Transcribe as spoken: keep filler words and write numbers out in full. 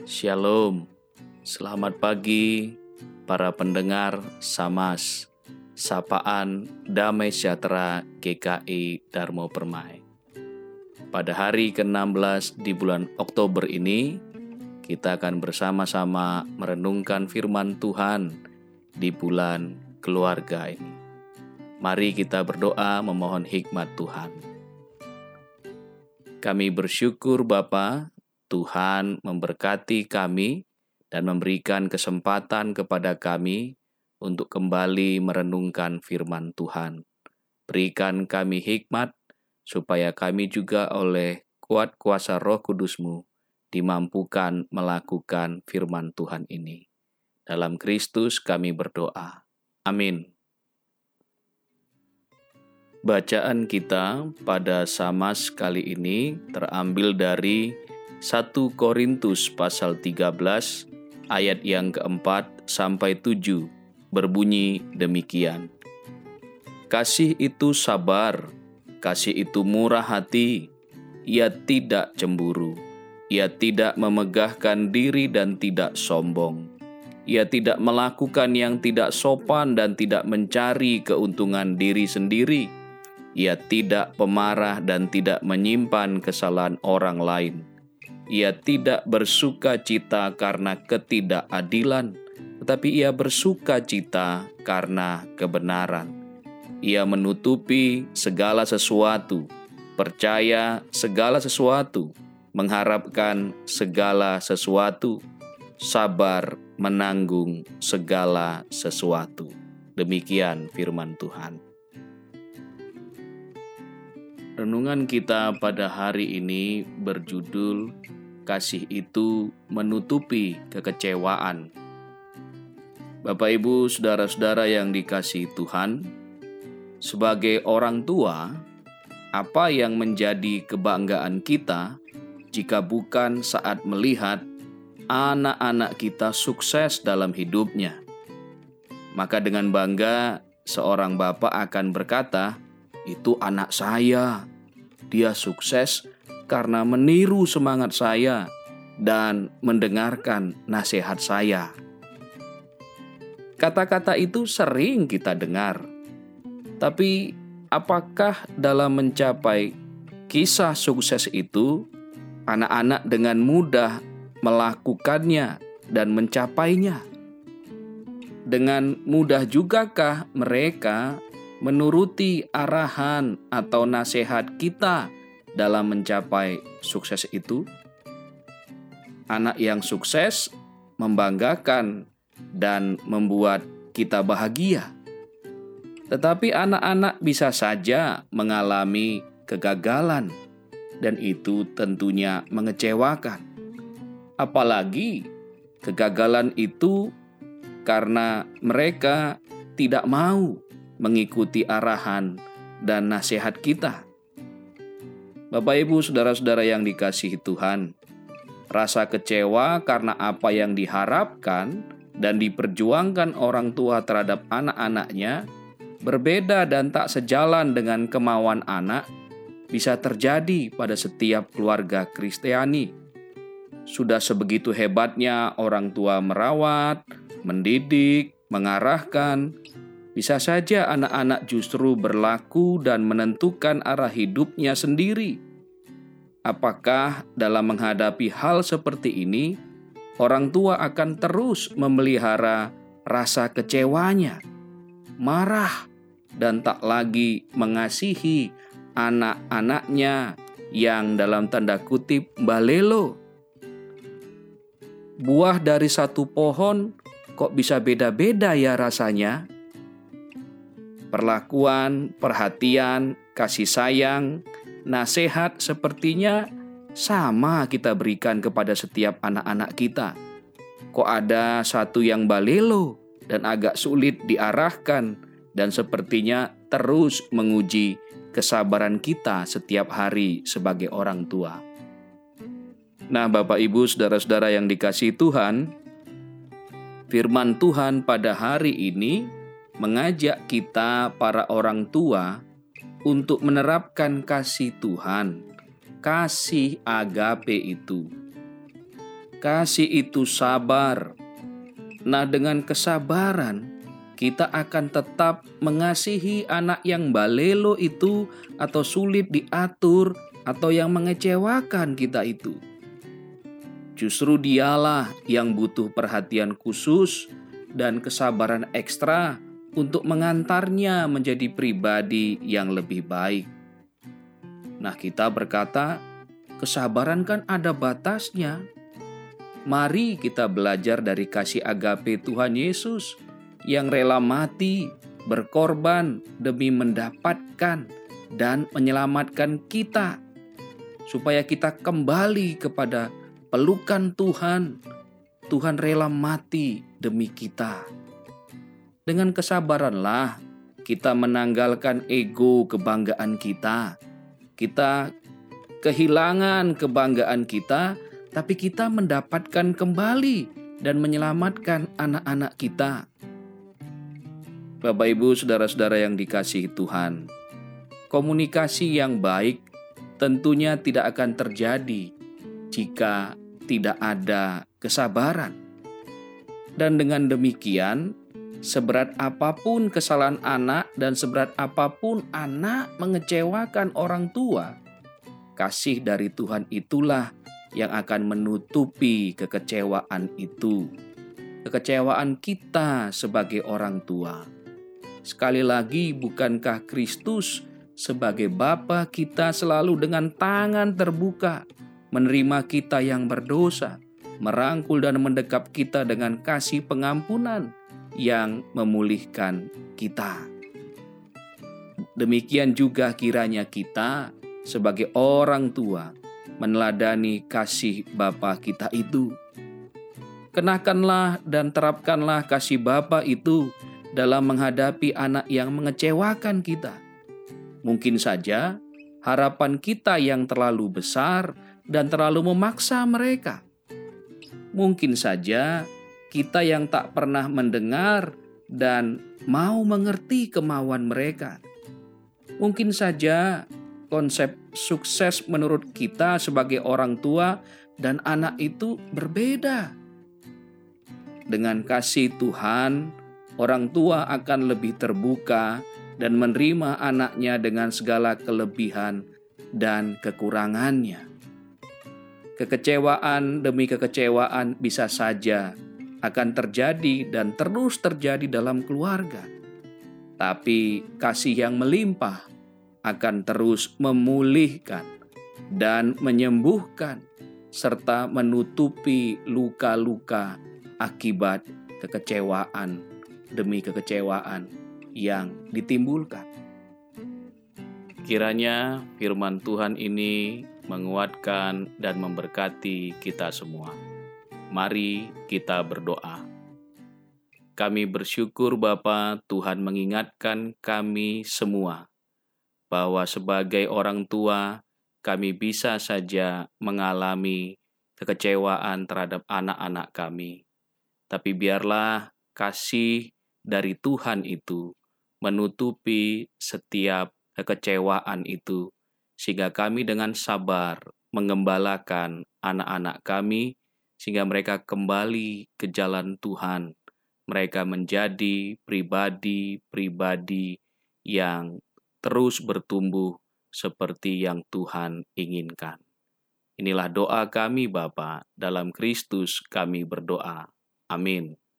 Shalom, selamat pagi para pendengar Samas, Sapaan Damai Sejahtera G K I Darmo Permai. Pada hari ke enam belas di bulan Oktober ini, kita akan bersama-sama merenungkan firman Tuhan di bulan keluarga ini. Mari kita berdoa memohon hikmat Tuhan. Kami bersyukur Bapa, Tuhan memberkati kami dan memberikan kesempatan kepada kami untuk kembali merenungkan firman Tuhan. Berikan kami hikmat supaya kami juga oleh kuat kuasa Roh Kudus-Mu dimampukan melakukan firman Tuhan ini. Dalam Kristus kami berdoa. Amin. Bacaan kita pada Samas kali ini terambil dari satu Korintus pasal tiga belas ayat yang keempat sampai tujuh, berbunyi demikian. Kasih itu sabar, kasih itu murah hati, ia tidak cemburu, ia tidak memegahkan diri dan tidak sombong. Ia tidak melakukan yang tidak sopan dan tidak mencari keuntungan diri sendiri. Ia tidak pemarah dan tidak menyimpan kesalahan orang lain. Ia tidak bersuka cita karena ketidakadilan, tetapi ia bersuka cita karena kebenaran. Ia menutupi segala sesuatu, percaya segala sesuatu, mengharapkan segala sesuatu, sabar menanggung segala sesuatu. Demikian firman Tuhan. Renungan kita pada hari ini berjudul Kasih itu menutupi kekecewaan. Bapak, Ibu, saudara-saudara yang dikasihi Tuhan, sebagai orang tua, apa yang menjadi kebanggaan kita jika bukan saat melihat anak-anak kita sukses dalam hidupnya? Maka dengan bangga seorang bapak akan berkata, "Itu anak saya. Dia sukses karena meniru semangat saya dan mendengarkan nasihat saya." Kata-kata itu sering kita dengar. Tapi apakah dalam mencapai kisah sukses itu, anak-anak dengan mudah melakukannya dan mencapainya? Dengan mudah jugakah mereka menuruti arahan atau nasihat kita dalam mencapai sukses itu? Anak yang sukses membanggakan dan membuat kita bahagia. Tetapi anak-anak bisa saja mengalami kegagalan, dan itu tentunya mengecewakan. Apalagi kegagalan itu karena mereka tidak mau mengikuti arahan dan nasihat kita. Bapak, Ibu, saudara-saudara yang dikasihi Tuhan, rasa kecewa karena apa yang diharapkan dan diperjuangkan orang tua terhadap anak-anaknya berbeda dan tak sejalan dengan kemauan anak bisa terjadi pada setiap keluarga Kristiani. Sudah sebegitu hebatnya orang tua merawat, mendidik, mengarahkan, bisa saja anak-anak justru berlaku dan menentukan arah hidupnya sendiri. Apakah dalam menghadapi hal seperti ini, orang tua akan terus memelihara rasa kecewanya, marah, dan tak lagi mengasihi anak-anaknya yang dalam tanda kutip balelo? Buah dari satu pohon kok bisa beda-beda ya rasanya? Perlakuan, perhatian, kasih sayang, nasihat sepertinya sama kita berikan kepada setiap anak-anak kita. Kok ada satu yang balelo dan agak sulit diarahkan dan sepertinya terus menguji kesabaran kita setiap hari sebagai orang tua. Nah, Bapak, Ibu, saudara-saudara yang dikasihi Tuhan, firman Tuhan pada hari ini mengajak kita para orang tua untuk menerapkan kasih Tuhan, kasih agape itu. Kasih itu sabar. Nah, dengan kesabaran kita akan tetap mengasihi anak yang balelo itu, atau sulit diatur, atau yang mengecewakan kita itu. Justru dialah yang butuh perhatian khusus dan kesabaran ekstra untuk mengantarnya menjadi pribadi yang lebih baik. Nah, kita berkata, kesabaran kan ada batasnya. Mari kita belajar dari kasih agape Tuhan Yesus yang rela mati, berkorban demi mendapatkan dan menyelamatkan kita, supaya kita kembali kepada pelukan Tuhan. Tuhan rela mati demi kita. Dengan kesabaranlah kita menanggalkan ego kebanggaan kita. Kita kehilangan kebanggaan kita, tapi kita mendapatkan kembali dan menyelamatkan anak-anak kita. Bapak, Ibu, saudara-saudara yang dikasihi Tuhan, komunikasi yang baik tentunya tidak akan terjadi jika tidak ada kesabaran. Dan dengan demikian, seberat apapun kesalahan anak dan seberat apapun anak mengecewakan orang tua, kasih dari Tuhan itulah yang akan menutupi kekecewaan itu. Kekecewaan kita sebagai orang tua. Sekali lagi, bukankah Kristus sebagai Bapa kita selalu dengan tangan terbuka menerima kita yang berdosa, merangkul dan mendekap kita dengan kasih pengampunan yang memulihkan kita. Demikian juga kiranya kita sebagai orang tua meneladani kasih Bapa kita itu. Kenakanlah dan terapkanlah kasih Bapa itu dalam menghadapi anak yang mengecewakan kita. Mungkin saja harapan kita yang terlalu besar dan terlalu memaksa mereka. Mungkin saja kita yang tak pernah mendengar dan mau mengerti kemauan mereka. Mungkin saja konsep sukses menurut kita sebagai orang tua dan anak itu berbeda. Dengan kasih Tuhan, orang tua akan lebih terbuka dan menerima anaknya dengan segala kelebihan dan kekurangannya. Kekecewaan demi kekecewaan bisa saja akan terjadi dan terus terjadi dalam keluarga. Tapi kasih yang melimpah akan terus memulihkan dan menyembuhkan serta menutupi luka-luka akibat kekecewaan demi kekecewaan yang ditimbulkan. Kiranya firman Tuhan ini menguatkan dan memberkati kita semua. Mari kita berdoa. Kami bersyukur Bapa, Tuhan mengingatkan kami semua bahwa sebagai orang tua kami bisa saja mengalami kekecewaan terhadap anak-anak kami. Tapi biarlah kasih dari Tuhan itu menutupi setiap kekecewaan itu, sehingga kami dengan sabar mengembalakan anak-anak kami, sehingga mereka kembali ke jalan Tuhan. Mereka menjadi pribadi-pribadi yang terus bertumbuh seperti yang Tuhan inginkan. Inilah doa kami Bapa, dalam Kristus kami berdoa. Amin.